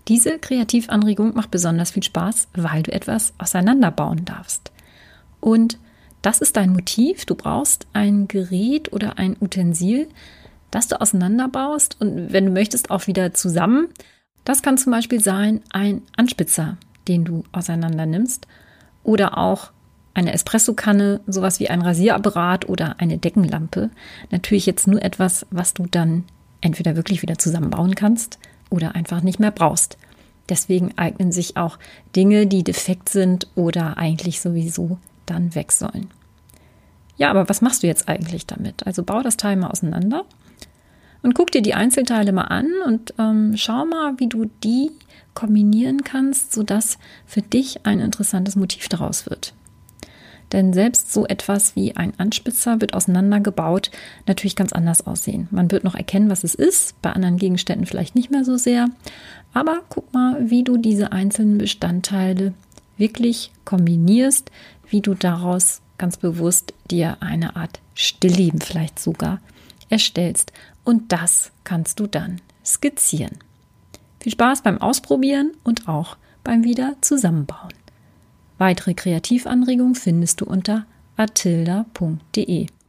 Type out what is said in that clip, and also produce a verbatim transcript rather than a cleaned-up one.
Diese Kreativanregung macht besonders viel Spaß, weil du etwas auseinanderbauen darfst. Und das ist dein Motiv. Du brauchst ein Gerät oder ein Utensil, das du auseinanderbaust und wenn du möchtest auch wieder zusammen. Das kann zum Beispiel sein ein Anspitzer, den du auseinander nimmst, oder auch eine Espressokanne, sowas wie ein Rasierapparat oder eine Deckenlampe. Natürlich jetzt nur etwas, was du dann entweder wirklich wieder zusammenbauen kannst oder einfach nicht mehr brauchst. Deswegen eignen sich auch Dinge, die defekt sind oder eigentlich sowieso dann weg sollen. Ja, aber was machst du jetzt eigentlich damit? Also bau das Teil mal auseinander und guck dir die Einzelteile mal an und ähm, schau mal, wie du die kombinieren kannst, sodass für dich ein interessantes Motiv daraus wird. Denn selbst so etwas wie ein Anspitzer wird auseinandergebaut natürlich ganz anders aussehen. Man wird noch erkennen, was es ist, bei anderen Gegenständen vielleicht nicht mehr so sehr. Aber guck mal, wie du diese einzelnen Bestandteile wirklich kombinierst, wie du daraus ganz bewusst dir eine Art Stillleben vielleicht sogar erstellst. Und das kannst du dann skizzieren. Viel Spaß beim Ausprobieren und auch beim wieder zusammenbauen. Weitere Kreativanregungen findest du unter atilda punkt de.